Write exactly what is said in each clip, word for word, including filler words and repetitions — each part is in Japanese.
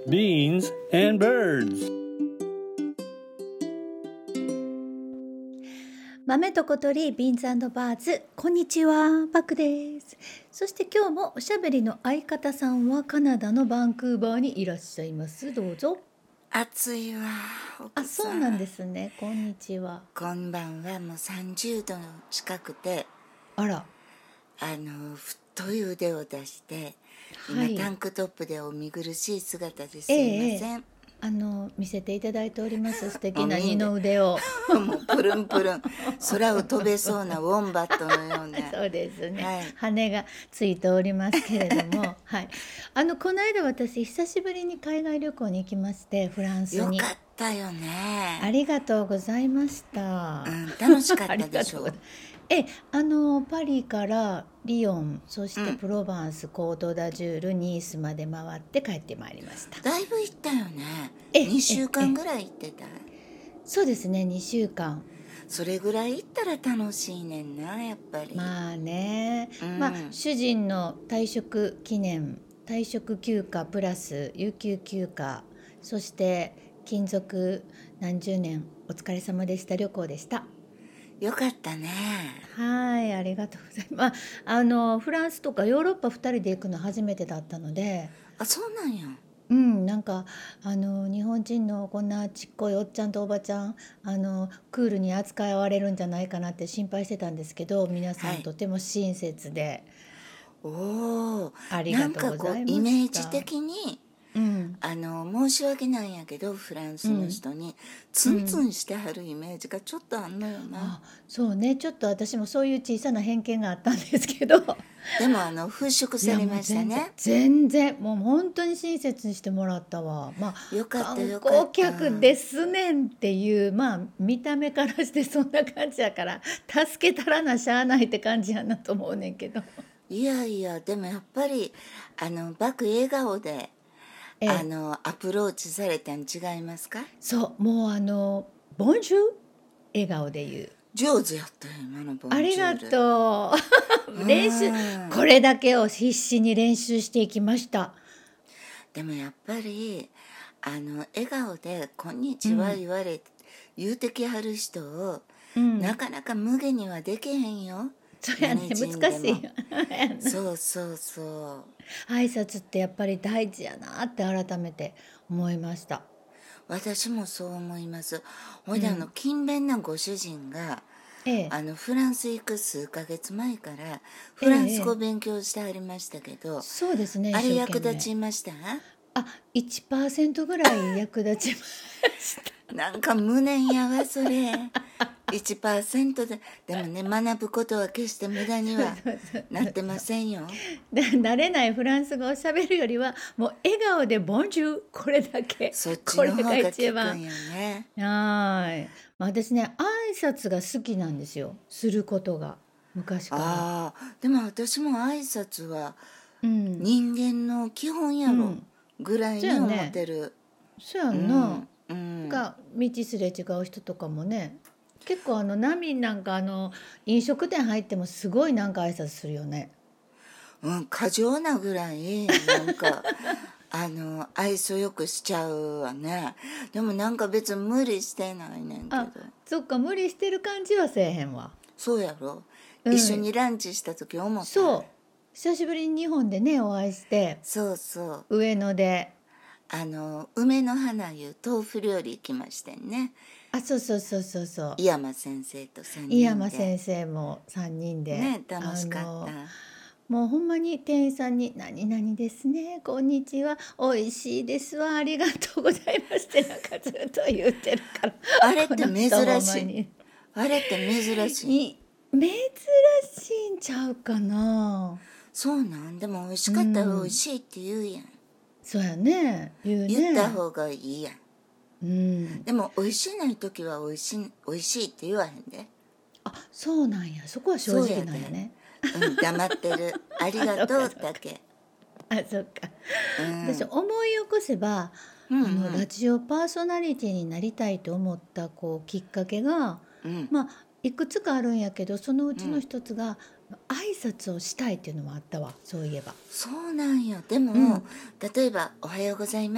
Beans and birds. 豆と小鳥ビーンズ&バーズ、こんにちは、パクです。そして今日もおしゃべりの相方さんはカナダのバンクーバーにいらっしゃいます。どうぞ。 暑いわ奥あ、 さん。 そうなんですね。こんにちは。 こんばんは。もうさんじゅうど近くて、 あら、 あの太い腕を出して、 はい今タンクトップでお見苦しい姿ですいません、 あの見せていただいております。素敵なもうみんな二の腕を。 もうプルンプルン空を飛べそうなウォンバットのようなそうですね、 はい羽がついておりますけれども、はい、あのこの間私久しぶりに海外旅行に行きまして、フランスに。 よかったよね。 ありがとうございました、 うん、楽しかったでしょありがとうございます。えあのパリからリヨン、そしてうんプロバンス、コートダジュール、ニースまで回って帰ってまいりました。 だいぶ行ったよね。 えにしゅうかんぐらい行ってた。 そうですね、にしゅうかん。 それぐらい行ったら楽しいねんな、やっぱり。 まあね、 うんまあ主人の退職記念、退職休暇プラス有給休暇、そして勤続何十年お疲れ様でした。旅行でした。 よかったね。 はい、ありがとうございます。まあ、あのフランスとかヨーロッパふたりで行くの初めてだったので、 あ、そうなんや。 うん、なんかあの日本人のこんなちっこいおっちゃんとおばちゃん、あのクールに扱われるんじゃないかなって心配してたんですけど、皆さはいんとても親切で、 おお。 ありがとなんかこうございうました。 イメージ的にうん、 あの申し訳ないんやけど、フランスの人にツンツンしてはるイメージがちょっとあんのよな。 あ、そうね、ちょっと私もそういう小さな偏見があったんですけど、 でもあの払拭いやもうされました全然ね。 全然もう本当に親切にしてもらったわ。まあよかった観よかった光客ですねんっていう、まあ見た目からしてそんな感じやから、助けたらなしゃあないって感じやなと思うねんけど。 いやいや、でもやっぱりあのバク笑顔でええあのアプローチされたん違いますか？ そう、もうあのボンジュール笑顔で言う。 上手やったよ今のボンジュール。 ありがとう。練習うんこれだけを必死に練習していきました。 でもやっぱりあの笑顔で「こんにちは」言われ、言うてきはる人を、 うん、 なかなか無限にはできへんよ。 そうやね、 何人難しいよ。 でもそうそうそう。 挨拶ってやっぱり大事やなって改めて思いました。 私もそう思います。ほいであの勤勉なご主人がええ、 あのフランス行く数ヶ月前からフランス語勉強してありましたけど、 そうですね。 あれ一生役懸命立ちました？ あ、いちパーセントぐらい役立ちました。 なんか無念やわそれ。いちパーセント ででもね、学ぶことは決して無駄にはなってませんよ。 で慣れないフランス語をしゃべるよりはもう笑顔でボンジュール、これだけ。 そっちこれがの方が一番。 効くんよね。 はーい。まあ、私ね、挨拶が好きなんですよ。することが昔から。 ああ、でも私も挨拶はうん。 人間の基本やろうんぐらいに思ってる。 そうやんな。 うんうんが道すれ違う人とかもね、結構あのナミなんかあの飲食店入ってもすごいなんか挨拶するよね。 うん、過剰なぐらいなんかあの愛想よくしちゃうわね。でもなんか別に無理してないねんけど。 あ、そっか、無理してる感じはせえへんわ。 そうやろ、 うん一緒にランチした時思った。 そう、久しぶりに日本でねお会いして、 そうそう上野で、 あの梅の花いう豆腐料理行きましてんね。 あ、そうそうそうそうそう、 井山先生とさんにんで井山先生もさんにんで、 ね、楽しかった。 あのもうほんまに店員さんに「何々ですね、こんにちは、美味しいですわ、ありがとうございます」ってなんかずっと言ってるから、 あれって珍この人ほんましいにあれって珍しい。 い珍しいんちゃうかな。 そうなん。でも美味しかったら美味しいって言うやん、 そうやね、言うね。 言った方がいいやん。 うん、 でも美味しいない時は美味しい美味しいって言わへんで。 あ、そうなんや、そこは正直なんやね。 うん、黙ってる。ありがとうだけ。 あ、そっか。 うん私思い起こせば、 うんうんあのラジオパーソナリティになりたいと思ったこうきっかけが、 うんまあいくつかあるんやけど、そのうちの一つが、挨拶をしたいっていうのもあったわ、そういえば。 そうなんよ。でも、 うん例えば「おはようございます」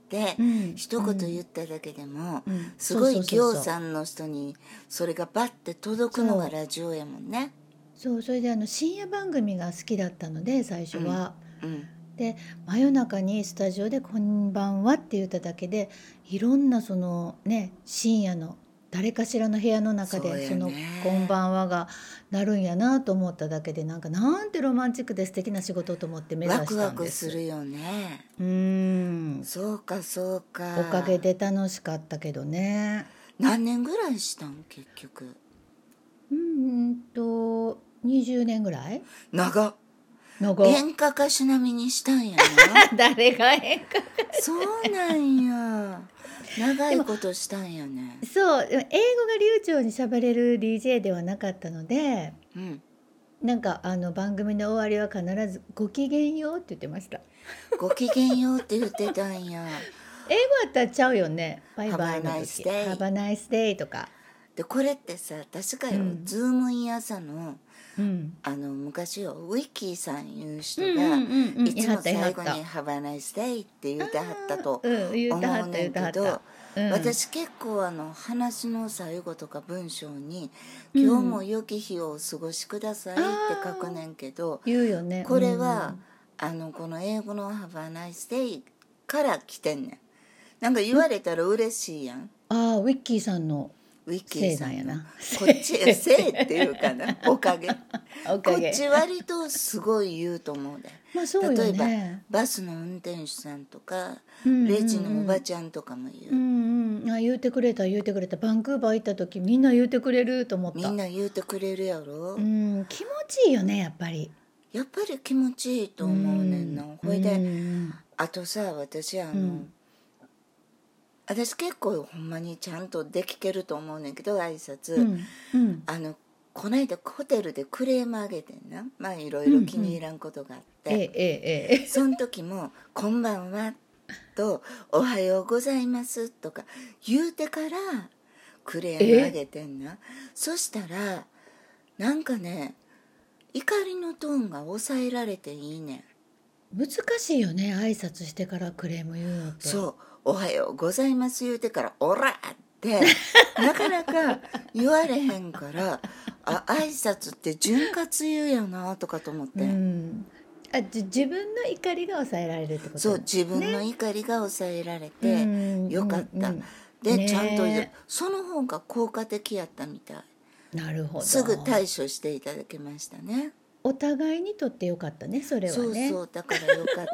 て、 うん、 一言言っただけでも、 うん、 すごいそうそうそうそう行さんの人にそれがバッて届くのがラジオやもんね。 そう、それであの深夜番組が好きだったので最初は、 うんうんで真夜中にスタジオで「こんばんは」って言っただけでいろんなそのね深夜の誰かしらの部屋の中そうでそのやね 「こんばんは」がなるんやなと思っただけでなんかなんてロマンチックで素敵な仕事と思って目指ワクワクしたんですするよね。 うーんそうかそうか。 おかげで楽しかったけどね。 何年ぐらいしたん結局。 うーんとにじゅうねんぐらい長っ。 長演歌歌手並みにしたんやな。 誰が演歌そうなんや。長いことしたんやね。 そうでも英語が流暢に喋れる ディージェー ではなかったのでうん。 なんかあの番組の終わりは必ず「ごきげんよう」って言ってました。 ごきげんようって言ってたんや。 英語やったらちゃうよね。バイバイの Have a 時 nice day Have a nice day とか。 でこれってさ確かよ、 うんズームイン朝のうんあの昔よウィッキーさんいう人うんうが、 んうんうんいつも最後に「 言いはった言い Have a nice day」って言ってはったとうん言っては思うった言ってはったねんけど、 うん私結構あの話の最後とか文章に「今日も良き日をお過ごしください」って書くねんけど、 言うよね。 これは、あのこの英語の「Have a nice day」から来てんねん。なんか言われたら嬉しいやん。 うん、ああウィッキーさんのウィッキーさんのせいなんやな。 こっちへせいっていうかなおかげおかげこっち割とすごい言うと思うで、 まあそうよ例えばね。 バスの運転手さんとか、 うんうんうんレジのおばちゃんとかも言う、 うんうん、あ言うてくれた言うてくれた。バンクーバー行った時みんな言うてくれると思った。 みんな言うてくれるやろ、 うん気持ちいいよねやっぱり。 やっぱり気持ちいいと思うねんな、 うんほいで、 うんあとさ私あの、 うん私結構ほんまにちゃんとできてると思うねんけど挨拶、 うんうんあのこないだホテルでクレームあげてんな、まあいろいろ気に入らんことがあって、 ええええええその時も「こんばんは」と「おはようございます」とか言うてからクレームあげてんな。そしたらなんかね怒りのトーンが抑えられていいねん。 難しいよね挨拶してからクレーム言うのって。 そう「おはようございます」言うてから「オラ!」ってなかなか言われへんからあ挨拶って潤滑油やなとかと思って、 うんあじ自分の怒りが抑えられるってこと。 そう自分の怒りが抑えられてうんよかった、 うんうんで、 ねえちゃんと言うその方が効果的やったみたい。 なるほど。 すぐ対処していただけましたね。 お互いにとってよかったねそれはね。 そうそうだからよかった。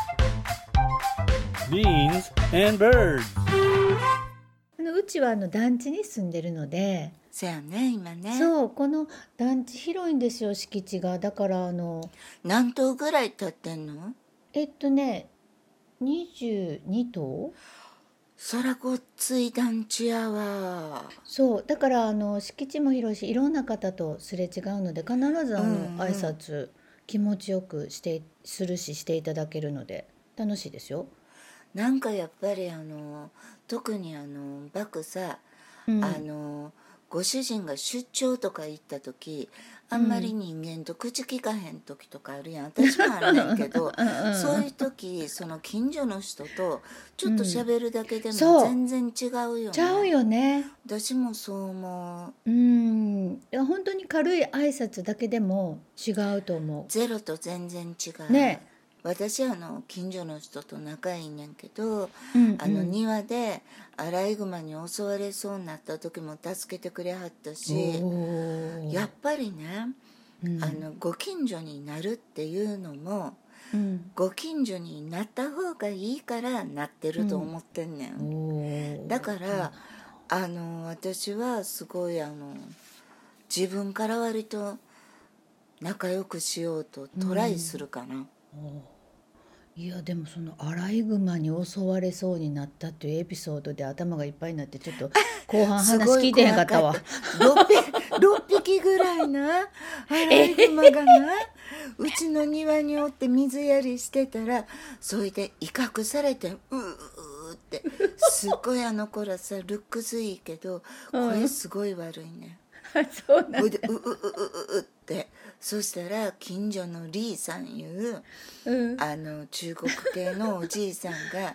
Beans and birds. あのうちはあの団地に住んでるので、 そやね今ね。 そうこの団地広いんですよ敷地が。だからあの何棟ぐらい建ってんの？ えっとねにじゅうに棟。 そらごっつい団地やわ。 そうだからあの敷地も広いしいろんな方とすれ違うので必ずあの、 うんうん挨拶気持ちよくしてするししていただけるので楽しいですよ。 なんかやっぱりあの特にあのバクさ、 うんあのご主人が出張とか行った時あんまり人間と口聞かへん時とかあるやん。私もあるねんけどうんそういう時その近所の人とちょっと喋るだけでもそう全然違うよね。 ちゃうよね。 私もそう思う。 うんいや本当に軽い挨拶だけでも違うと思ゼロと全然違う。 ね私あの近所の人と仲いいねんけど、 う。うんあのうん庭でアライグマに襲われそうになった時も助けてくれはったし、 おーやっぱりね、 うんあのご近所になるっていうのもうんご近所になった方がいいからなってると思ってんねん、 おーだからあの私はすごいあの自分から割と仲良くしようとトライするかな、 いやでもそのアライグマに襲われそうになったっていうエピソードで頭がいっぱいになってちょっと後半すごい話聞いてへんかったわ。 ろっぴきろっぴきぐらいなアライグマがなうちの庭におって水やりしてたらそれで威嚇されてうーうーってすっごいあの子らさルックスいいけど声すごい悪いね、 そうなんそれでううううううってそしたら近所のリーさんいううんあの中国系のおじいさんが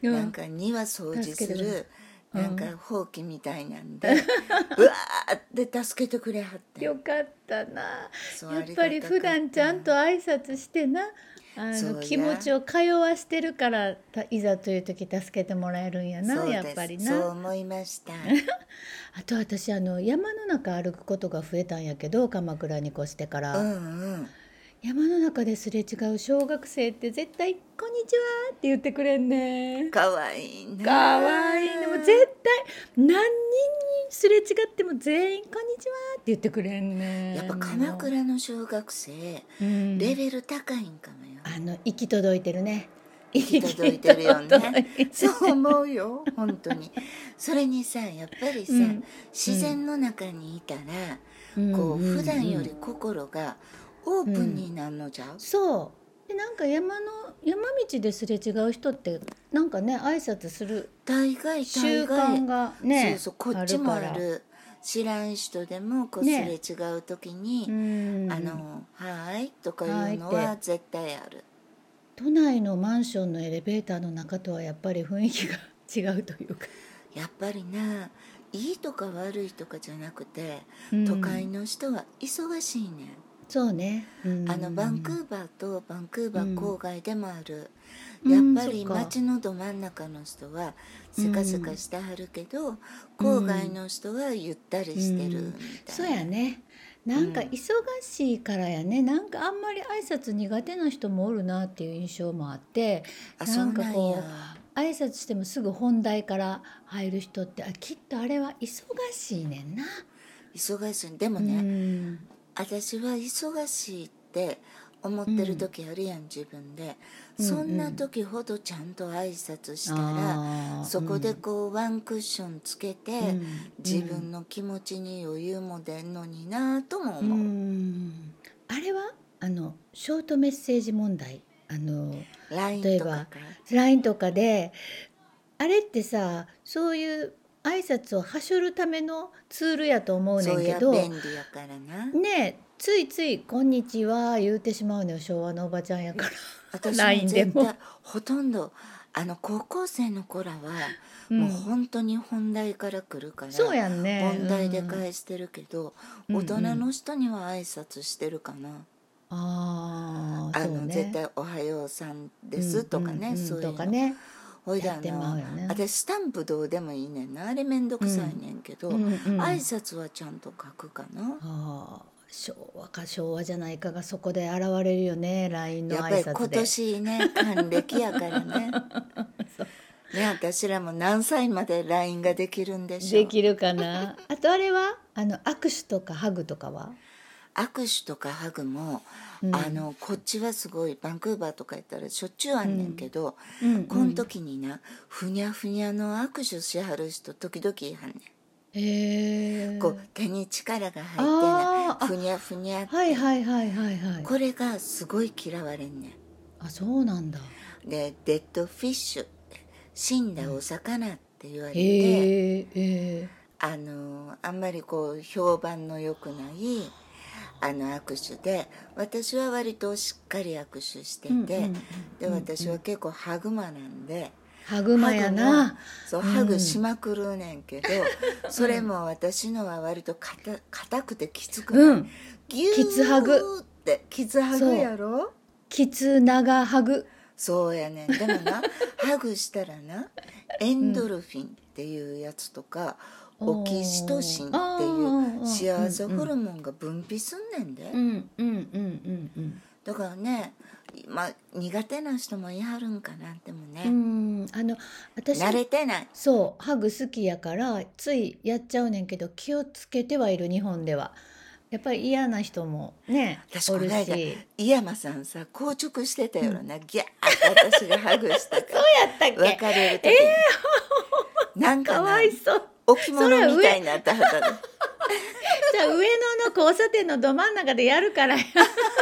うんなんか庭掃除す助けてくれるうんなんかほうきみたいなんで、うわーって助けてくれはってよかったな。 そうやっぱり普段ちゃんと挨拶してな、あそうやの気持ちを通わしてるからたいざという時助けてもらえるんやな、 そうですやっぱりそうな。 思いましたあと私あの山の中歩くことが増えたんやけど、鎌倉に越してから、 うんうん山の中ですれ違う小学生って絶対「こんにちは」って言ってくれんね。 かわいいねかわいいね。もう絶対何人にすれ違っても全員「こんにちは」って言ってくれんね。 やっぱ鎌倉の小学生うんレベル高いんかもよ、 あの行き届いてるね。 行き届いてるよ行き届いねてるそう思うよ本当にそれにさやっぱりさ、 うん自然の中にいたら、 うんこううん普段より心がオープンになるのじゃう、 そうで、なんか山の山道ですれ違う人ってなんかね挨拶する大概習大概慣がね、 そうそうこっちもあるから。 る知らん人でもこうすねれ違う時にう 「 んあのはーい」とかいうのは絶対ある。 都内のマンションのエレベーターの中とはやっぱり雰囲気が違うというか、 やっぱりないいとか悪いとかじゃなくて、 うん都会の人は忙しいねん。 そうね、うんあのバンクーバーとバンクーバー郊外でもある、 うんやっぱりうんそっか街のど真ん中の人はせかせかしてはるけど、郊外の人はゆったりしてるみたいな、 そうやね。なんか忙しいからやね、なんかあんまり挨拶苦手な人もおるなっていう印象もあって、 あなんかこそうなんやう挨拶してもすぐ本題から入る人ってあきっとあれは忙しいねんな。 忙しいでもうね、 ん私は忙しいって思ってる時あるやん、自分で、そんな時ほどちゃんと挨拶したら、 あーそこでこうワンクッションつけて、 うん自分の気持ちに余裕も出んのになともう思う、 んあれはあのショートメッセージ問題、あのライン例えばとかかライン とかであれってさ、そういう挨拶をはしょるためのツールやと思うねそうやんけど、 便利やからな。 ねえついつい「こんにちは」言うてしまうのよ、昭和のおばちゃんやから。 私ライもン でも絶対ほとんどあの高校生の子らは、 うんもう本当に本題から来るからそうやんね。 本題でうん返してるけど、 うん大人の人には挨拶してるかな、 あああの、 そうね。 絶対「おはようさんです」とかね、 うんうんうんそういうのとかね。 ほいであやってまのうよね私スタンプどうでもいいねんな、あれめんどくさいねんけど、 うんうん挨拶はちゃんと書くかな、 ああ昭和か昭和じゃないかがそこで現れるよね、 ライン のやっぱり今挨拶で。 年ね還暦やからねね、私らも何歳まで ライン ができるんでしょう。 できるかな。あとあれはあの握手とかハグとかは、 握手とかハグも、 うんあのこっちはすごいバンクーバーとか行ったらしょっちゅうあんねんけど、 うんうんこの時になふにゃふにゃの握手しはる人時々いはんねん、 へえ。 こう手に力が入ってあーあなふにゃふにゃって、 はいはいはいはいはい。 これがすごい嫌われんねあそうなんだ。 んでデッドフィッシュ死んだお魚って言われて、 へえへえ。 あのあんまりこう評判の良くないあの握手で、私は割としっかり握手してて、 うんうんうんで私は結構ハグマなんで、 ハグマやな。 そう、 うんハグしまくるねんけど、それも私のは割と硬硬くてきつくない、 うんギューきつハグってきつハグやろ。 きつ長ハグ。 そうやねん。でもなハグしたらなエンドルフィンっていうやつとか、オキシトシンっていう幸せホルモンが分泌すんねんで、 うんうんうんうんうんだからね、まあ、苦手な人もいはるんかな。でもね、 うんあの私慣れてない。 そうハグ好きやからついやっちゃうねんけど、気をつけてはいる。日本ではやっぱり嫌な人もねおる私この間し。 井山さんさ硬直してたよな、ギャーって私がハグしたからそうやったっけ。 別れる時に、なんかかなわいそう。 置物みたいになったはずだ。 じゃあ上野の交差点のど真ん中でやるからや。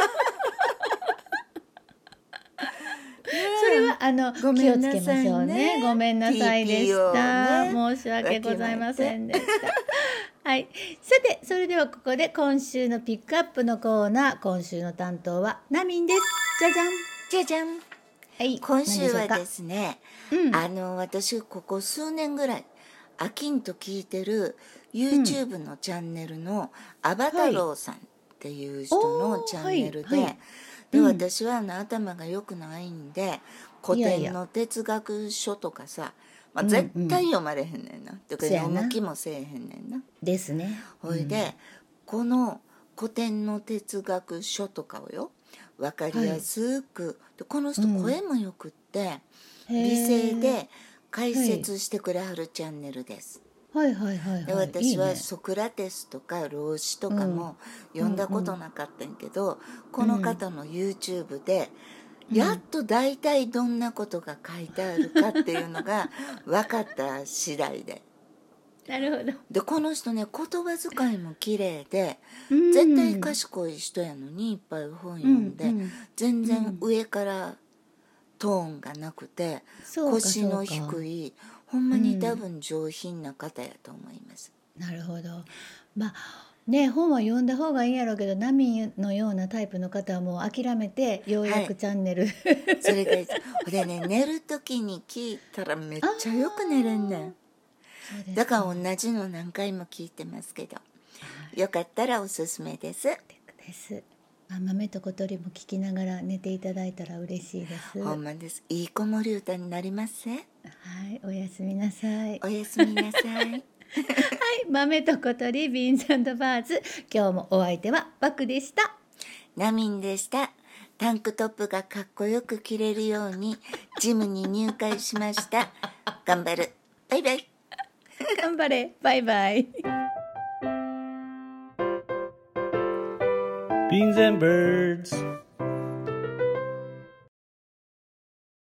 それはあのごめ気をつんなさいねけましょうね。ごめんなさいでしティーピーオーた。 ね申し訳ございませんでした。はい。さてそれではここで今週のピックアップのコーナー。今週の担当はナミンです。じゃじゃん。 じゃじゃん。 はい、 今週は何でしょうか。 ですね、 うんあの私ここ数年ぐらい飽きんと聞いてる YouTube のチャンネルのアバ太郎さんっていう人のチャンネルで、 はいはいでうん私はあの頭が良くないんで古いやいや典の哲学書とかさ、まあ、 うんうん絶対読まれへんねんな、だからそやな読む気もせえへんねんな。 ですね。 ほいで、この古典の哲学書とかをよ分かりやすく、でこの人声もよくって、 うん美声へーで解説してくれはるチャンネルです。 はいはいはいではい。 私はいいねソクラテスとか老子とかもうん読んだことなかったんやけど、この方の YouTube でやっと大体どんなことが書いてあるかっていうのが分かった次第で。 なるほど。 でこの人ね言葉遣いも綺麗で、 うん絶対賢い人やのにいっぱい本読んで、 うんうん全然上からトーンがなくて、 そうか腰のそうか低いほんまに多分上品な方やと思います。 なるほど。まあね、本は読んだ方がいいんやろうけど、ナミのようなタイプの方はもう諦めてようやはいくチャンネル、 それがいいです。でね寝る時に聞いたらめっちゃよく寝れんねん。 そうですだから同じの何回も聞いてますけど、よかったらおすすめです。 です。まあ、豆と小鳥も聞きながら寝ていただいたら嬉しいです。はほんまです。いい子守歌になりますね。 い、おやすみなさい。 おやすみなさい。 はい、豆と小鳥ビーンズ&バーズ。今日もお相手はバクでした。 ナミンでした。タンクトップがかっこよく着れるようにジムに入会しました。頑張る。バイバイ。 頑張れ。バイバイ。 Beans and birds.